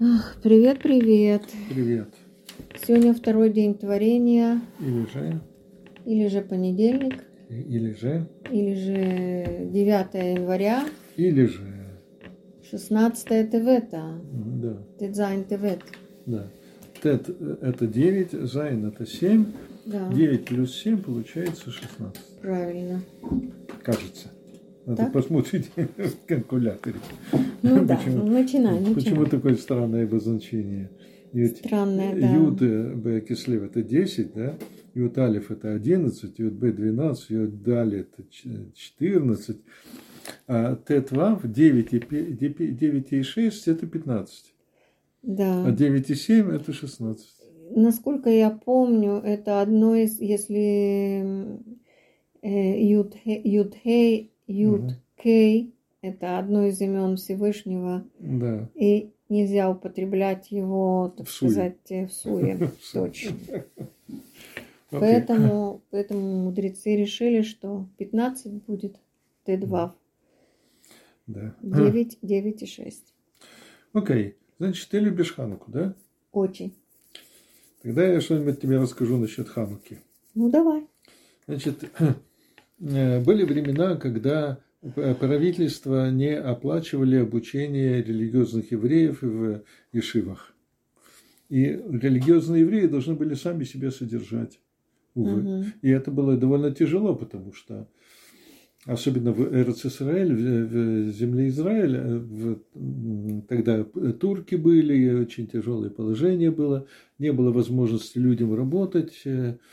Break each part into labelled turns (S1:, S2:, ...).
S1: Привет, привет.
S2: Привет.
S1: Сегодня второй день творения,
S2: Или же,
S1: понедельник,
S2: или же,
S1: или же 9 января,
S2: или же,
S1: 16 Тевета,
S2: да,
S1: Тедзайн Тевет.
S2: да. Тет это 9, Зайн это 7,
S1: Да,
S2: 9 плюс 7 получается 16.
S1: правильно.
S2: Кажется. Надо
S1: Так?
S2: посмотреть в калькуляторе.
S1: Ну да,
S2: Почему,
S1: начинай.
S2: почему такое странное обозначение?
S1: Странное, да.
S2: Юд Б Кислев это 10, да? Юд Алиф это 11, Юд Б 12, Юд Дали это 14, а Тет Вав 9 и 6 это 15.
S1: Да.
S2: А 9 и 7 это 16.
S1: Насколько я помню, это одно из, если Юд Кей, это одно из имен Всевышнего.
S2: Да.
S1: И нельзя употреблять его, так
S2: В суе.
S1: сказать, в суе. Точно.
S2: Окей.
S1: Поэтому мудрецы решили, что 15 будет Т2.
S2: Да.
S1: 9 и 6.
S2: Окей. Значит, ты любишь Хануку, да?
S1: Очень.
S2: Тогда я что-нибудь тебе расскажу насчет Хануки.
S1: Ну, давай.
S2: Значит, были времена, когда правительства не оплачивали обучение религиозных евреев в ешивах. И религиозные евреи должны были сами себя содержать. Увы.
S1: Угу.
S2: И это было довольно тяжело, потому что, особенно в Эрец-Исраэль, в земле Израиля, тогда турки были, и очень тяжелое положение было, не было возможности людям работать.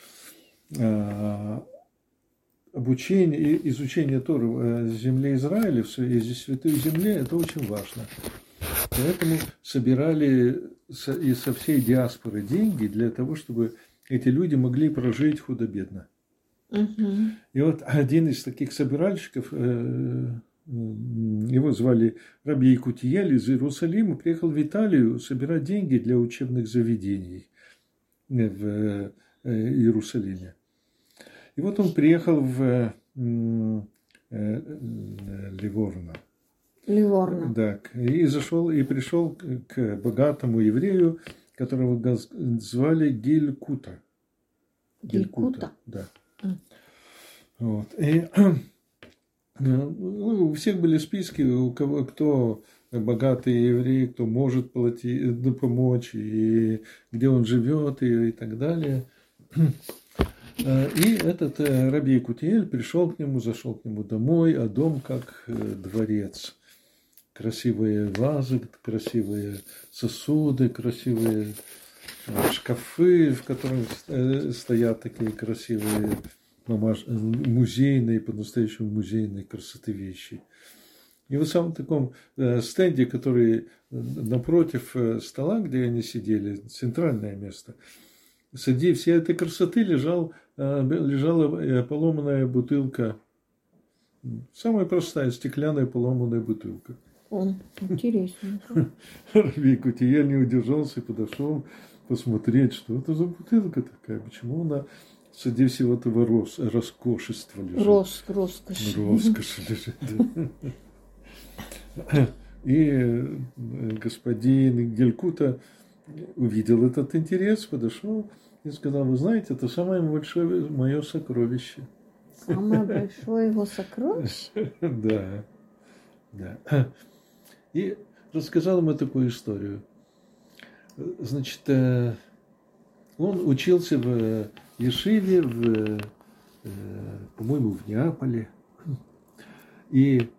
S2: Обучение, изучение Торы в земле Израиля, в святой земле, это очень важно. Поэтому собирали и со всей диаспоры деньги для того, чтобы эти люди могли прожить худо-бедно.
S1: Угу.
S2: И вот один из таких собиральщиков, его звали Раби Якутиель из Иерусалима, приехал в Италию собирать деньги для учебных заведений в Иерусалиме. И вот он приехал в Ливорно. Да, и пришел к богатому еврею, которого звали Гилькута.
S1: Гилькута?
S2: Да. Вот. И у всех были списки, у кого кто богатый еврей, кто может помочь, и где он живет, и так далее. И этот Раби Якутиэль пришел к нему, зашел к нему домой, а дом как дворец. Красивые вазы, красивые сосуды, красивые шкафы, в которых стоят такие красивые музейные, по-настоящему музейные красоты вещи. И в самом таком стенде, который напротив стола, где они сидели, центральное место, среди всей этой красоты лежала поломанная бутылка. Самая простая стеклянная поломанная бутылка.
S1: Интересненько.
S2: Раби Якутиэль не удержался и подошел посмотреть, что это за бутылка такая, почему она среди всего этого роскошества лежит.
S1: Роскошь
S2: лежит, да. И господин Гелькута увидел этот интерес, подошел и сказал: вы знаете, это самое большое мое сокровище.
S1: Самое большое его сокровище?
S2: Да. И рассказал ему такую историю. Значит, он учился в Ешиве, по-моему, в Неаполе. И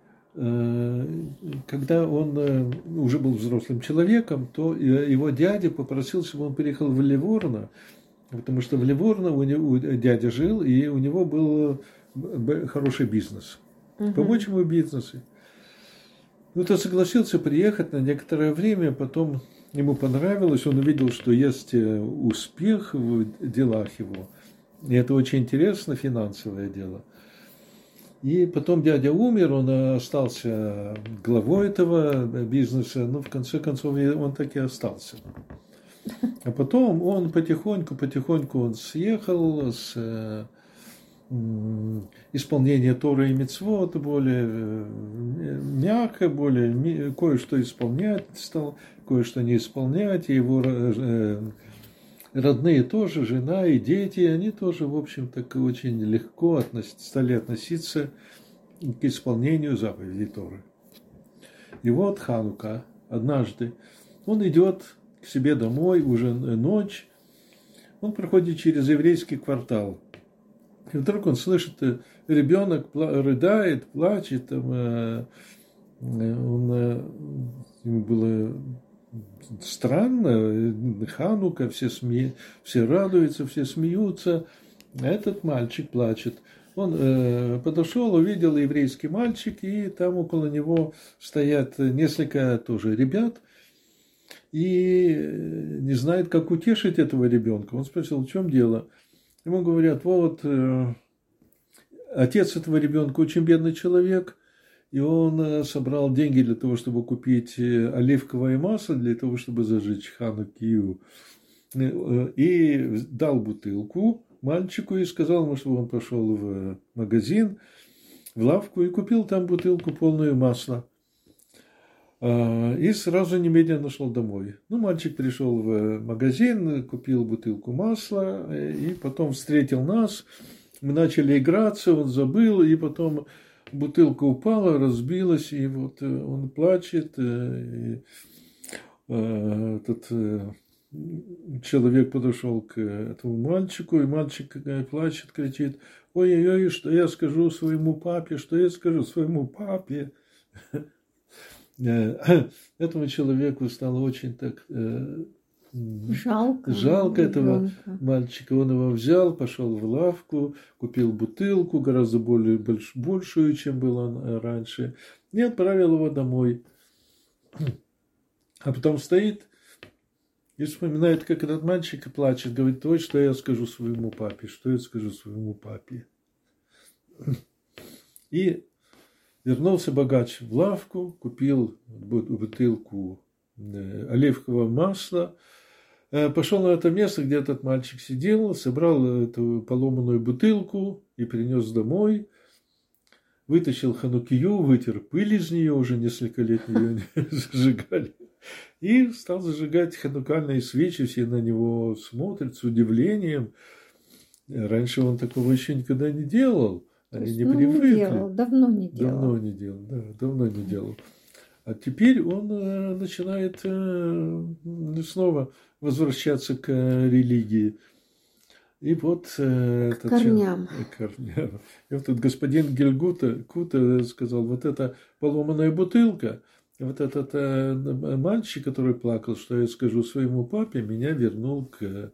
S2: когда он уже был взрослым человеком, то его дядя попросил, чтобы он переехал в Ливорно, потому что в Ливорно у него дядя жил, и у него был хороший бизнес. Помочь ему в бизнесе. Ну, то согласился приехать на некоторое время, потом ему понравилось, он увидел, что есть успех в делах его. И это очень интересно, финансовое дело. И потом дядя умер, он остался главой этого бизнеса, но в конце концов он так и остался. А потом он потихоньку он съехал с исполнения Торы и Мицвот более мягко, более кое-что исполнять стал, кое-что не исполнять, и его родные тоже, жена и дети, они тоже, в общем-то, очень легко стали относиться к исполнению заповедей Торы. И вот Ханука однажды, он идет к себе домой, уже ночь, он проходит через еврейский квартал. И вдруг он слышит, ребенок рыдает, плачет, ему было странно, Ханука, все радуются, все смеются, а этот мальчик плачет. Он подошел, увидел еврейский мальчик, и там около него стоят несколько тоже ребят, и не знает, как утешить этого ребенка. Он спросил, в чем дело? Ему говорят, вот отец этого ребенка очень бедный человек, и он собрал деньги для того, чтобы купить оливковое масло, для того, чтобы зажечь ханукию, и дал бутылку мальчику и сказал ему, чтобы он пошел в магазин, в лавку и купил там бутылку полную масла. И сразу немедленно шел домой. Ну, мальчик пришел в магазин, купил бутылку масла, и потом встретил нас. Мы начали играться, он забыл, и потом бутылка упала, разбилась, и вот он плачет. И этот человек подошел к этому мальчику, и мальчик плачет, кричит: ой-ой-ой, что я скажу своему папе, что я скажу своему папе. Этому человеку стало очень так жалко этого мальчика. Он его взял, пошел в лавку, купил бутылку, гораздо большую, чем было раньше, и отправил его домой. А потом стоит и вспоминает, как этот мальчик плачет, говорит: ой, что я скажу своему папе, что я скажу своему папе. И вернулся богач в лавку, купил бутылку оливкового масла, пошел на это место, где этот мальчик сидел, собрал эту поломанную бутылку и принес домой, вытащил ханукию, вытер пыль из нее, уже несколько лет ее не зажигали, и стал зажигать ханукальные свечи, все на него смотрят с удивлением. Раньше он такого еще никогда не делал. Они не привыкли.
S1: Не делал, давно не делал.
S2: Давно не делал. А теперь он начинает снова возвращаться к религии. И вот
S1: корням.
S2: И вот этот господин Кута сказал: вот эта поломанная бутылка, вот этот мальчик, который плакал, что я скажу своему папе, меня вернул к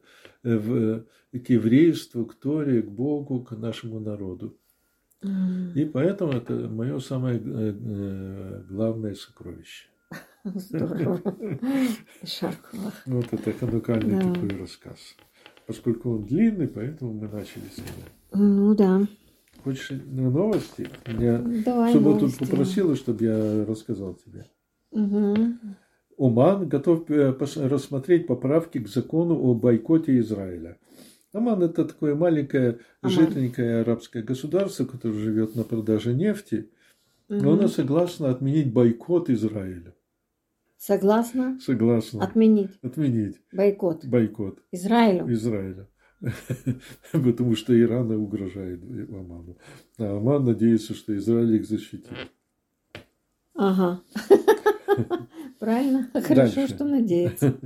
S2: еврейству, к Торе, к Богу, к нашему народу. И поэтому это мое самое главное сокровище.
S1: Здорово. Шархова.
S2: Вот это ханукальный такой рассказ. Поскольку он длинный, поэтому мы начали с него.
S1: Ну да.
S2: Хочешь новости? Меня
S1: Давай
S2: субботу
S1: новости.
S2: попросила, чтобы я рассказал тебе.
S1: Угу.
S2: Оман готов рассмотреть поправки к закону о бойкоте Израиля. Оман – это такое маленькое, жиденькое арабское государство, которое живет на продаже нефти. Но оно согласно отменить бойкот Израиля.
S1: Согласна?
S2: Согласно.
S1: Отменить. Бойкот. Израилю.
S2: Потому что Иран угрожает Оману. А Оман надеется, что Израиль их защитит.
S1: Ага. Правильно. Хорошо, что надеется.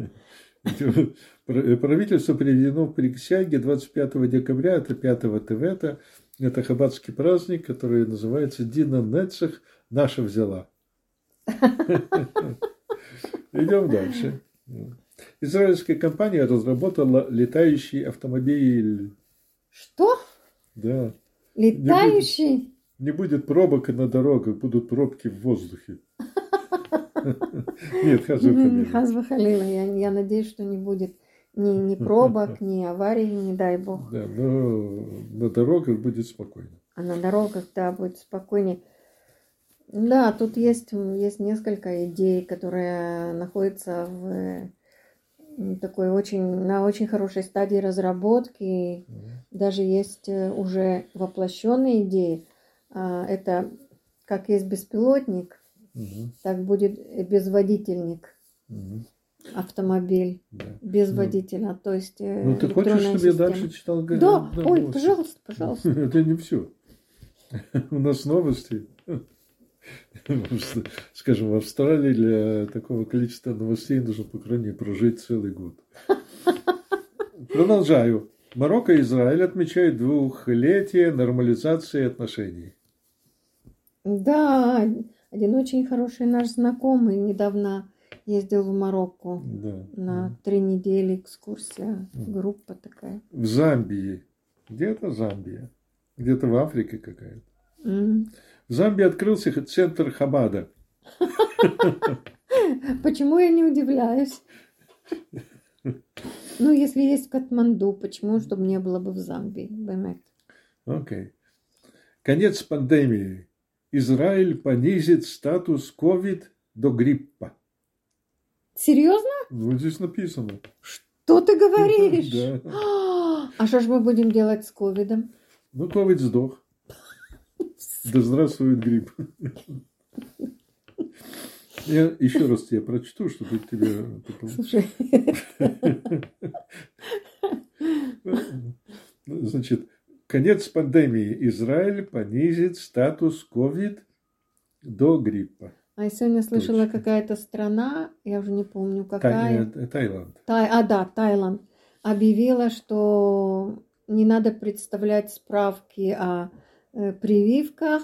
S2: Правительство приведено в присяге 25 декабря, это 5 Тевета, это хаббатский праздник, который называется Дина Нецех, наша взяла. Идем дальше. Израильская компания разработала летающий автомобиль.
S1: Что?
S2: Да.
S1: Летающий?
S2: Не будет пробок на дорогах, будут пробки в воздухе. Нет,
S1: хазвахалила. Я надеюсь, что не будет ни пробок, ни аварий, не дай бог.
S2: Да, но на дорогах будет спокойно.
S1: А на дорогах, да, будет спокойнее. Да, тут есть несколько идей, которые находятся в такой на очень хорошей стадии разработки. Даже есть уже воплощенные идеи. Это как есть беспилотник, так будет безводительник. автомобиль
S2: Да.
S1: без
S2: Ну,
S1: водителя, то есть
S2: ну, ты хочешь,
S1: электронная
S2: чтобы я
S1: система.
S2: дальше читал
S1: Да, ой,
S2: новости?
S1: пожалуйста, пожалуйста.
S2: Это не все. У нас новости. Скажем, в Австралии для такого количества новостей нужно, по крайней мере, прожить целый год. Продолжаю. Марокко и Израиль отмечают 2-летие нормализации отношений.
S1: Да, один очень хороший наш знакомый недавно ездил в Марокко
S2: Да.
S1: на 3 недели экскурсия, группа такая.
S2: В Замбии. Где-то Замбия. Где-то в Африке какая-то.
S1: М.
S2: В Замбии открылся центр Хабада.
S1: Почему я не удивляюсь? Ну, если есть в Катманду, почему, чтобы не было бы в Замбии? Понимаете?
S2: Окей. Конец пандемии. Израиль понизит статус COVID до гриппа.
S1: Серьезно?
S2: Ну, здесь написано.
S1: Что ты говоришь?
S2: Да.
S1: А что ж мы будем делать с ковидом?
S2: Ну, COVID сдох. Да здравствует грипп. Я еще раз тебе прочту, чтобы тебе...
S1: Слушай,
S2: Значит, конец пандемии. Израиль понизит статус COVID до гриппа.
S1: а я сегодня слышала,
S2: Точно.
S1: какая-то страна, я уже не помню, какая.
S2: Таиланд.
S1: Да, Таиланд. Объявила, что не надо представлять справки о прививках,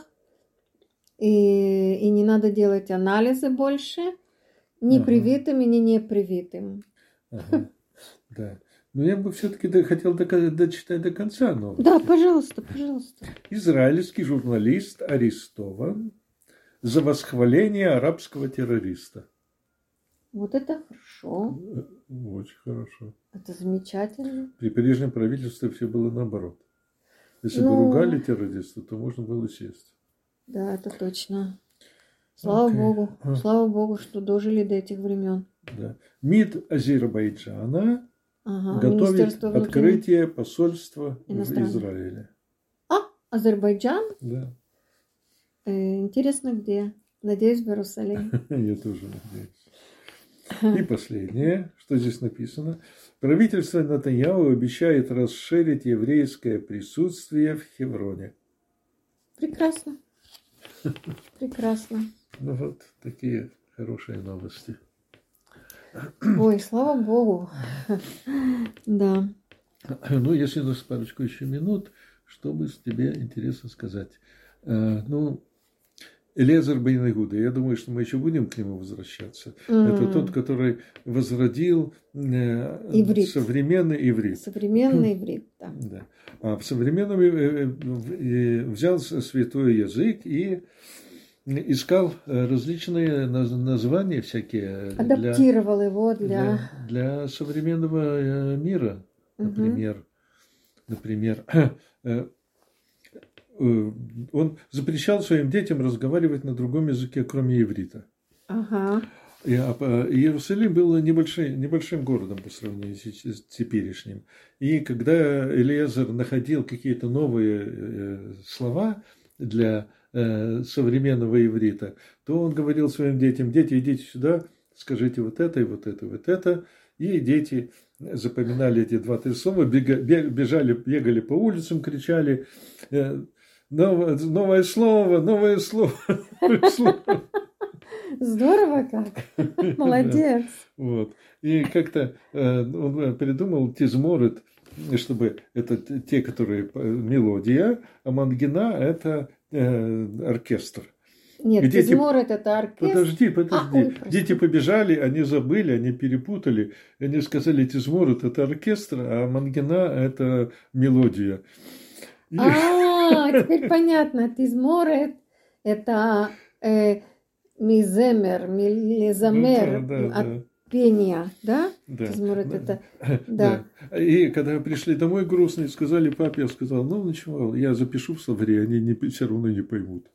S1: и не надо делать анализы больше ни
S2: Ага.
S1: привитым, ни непривитым.
S2: Ага. Да. Но я бы все-таки хотел дочитать до конца новость.
S1: Да, пожалуйста, пожалуйста.
S2: Израильский журналист арестован за восхваление арабского террориста.
S1: Вот это хорошо.
S2: Очень хорошо.
S1: Это замечательно.
S2: При прежнем правительстве все было наоборот. Если бы
S1: Ну.
S2: ругали террориста, то можно было сесть.
S1: Да, это точно. Слава
S2: Окей.
S1: Слава Богу, что дожили до этих времен.
S2: Да. МИД Азербайджана
S1: Ага,
S2: готовит
S1: Министерство внутренних-
S2: открытие посольства в
S1: Иностранных.
S2: Израиле.
S1: Азербайджан?
S2: Да.
S1: Интересно, где? Надеюсь, в Иерусалиме.
S2: Я тоже надеюсь. И последнее, что здесь написано. Правительство Нетаньяху обещает расширить еврейское присутствие в Хевроне.
S1: Прекрасно. Прекрасно.
S2: Ну вот такие хорошие новости.
S1: Ой, слава Богу. Да.
S2: Ну, если у нас парочку еще минут, что бы тебе интересно сказать? Ну, Элиэзер бен Иуда, я думаю, что мы еще будем к нему возвращаться. Это тот, который возродил
S1: Иврит.
S2: современный иврит.
S1: Современный иврит, да.
S2: Да. А в современном взял святой язык и искал различные названия всякие
S1: Адаптировал его для...
S2: для современного мира. Например, он запрещал своим детям разговаривать на другом языке, кроме иврита.
S1: Ага.
S2: Иерусалим был небольшим городом по сравнению с теперешним. И когда Элиэзер находил какие-то новые слова для современного иврита, то он говорил своим детям: дети, идите сюда, скажите вот это и вот это, вот это. И дети запоминали эти 2-3 слова, бегали по улицам, кричали: новое слово, новое слово.
S1: Здорово как. Молодец.
S2: Вот. И как-то он придумал тизморет, чтобы это те, которые мелодия, а мангина – это оркестр.
S1: Нет, тизморет – это оркестр.
S2: Подожди. Дети побежали, они забыли, они перепутали. Они сказали: тизморет – это оркестр, а мангина – это мелодия.
S1: Теперь понятно. Тизморет – это миземер, милизамер от пения, да?
S2: Да.
S1: Тизморет это...
S2: Да. И когда пришли домой грустные, сказали папе, я сказал: ну, ничего, я запишу в словаре, они все равно не поймут.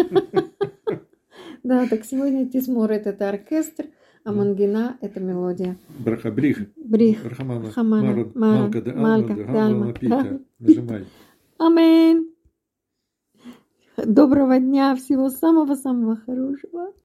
S1: Да, так сегодня тизморет – это оркестр, а мангина – это мелодия.
S2: Брих.
S1: Хамана.
S2: Малка, да, Алма, Пита. Нажимай.
S1: Аминь. Доброго дня, всего самого-самого хорошего.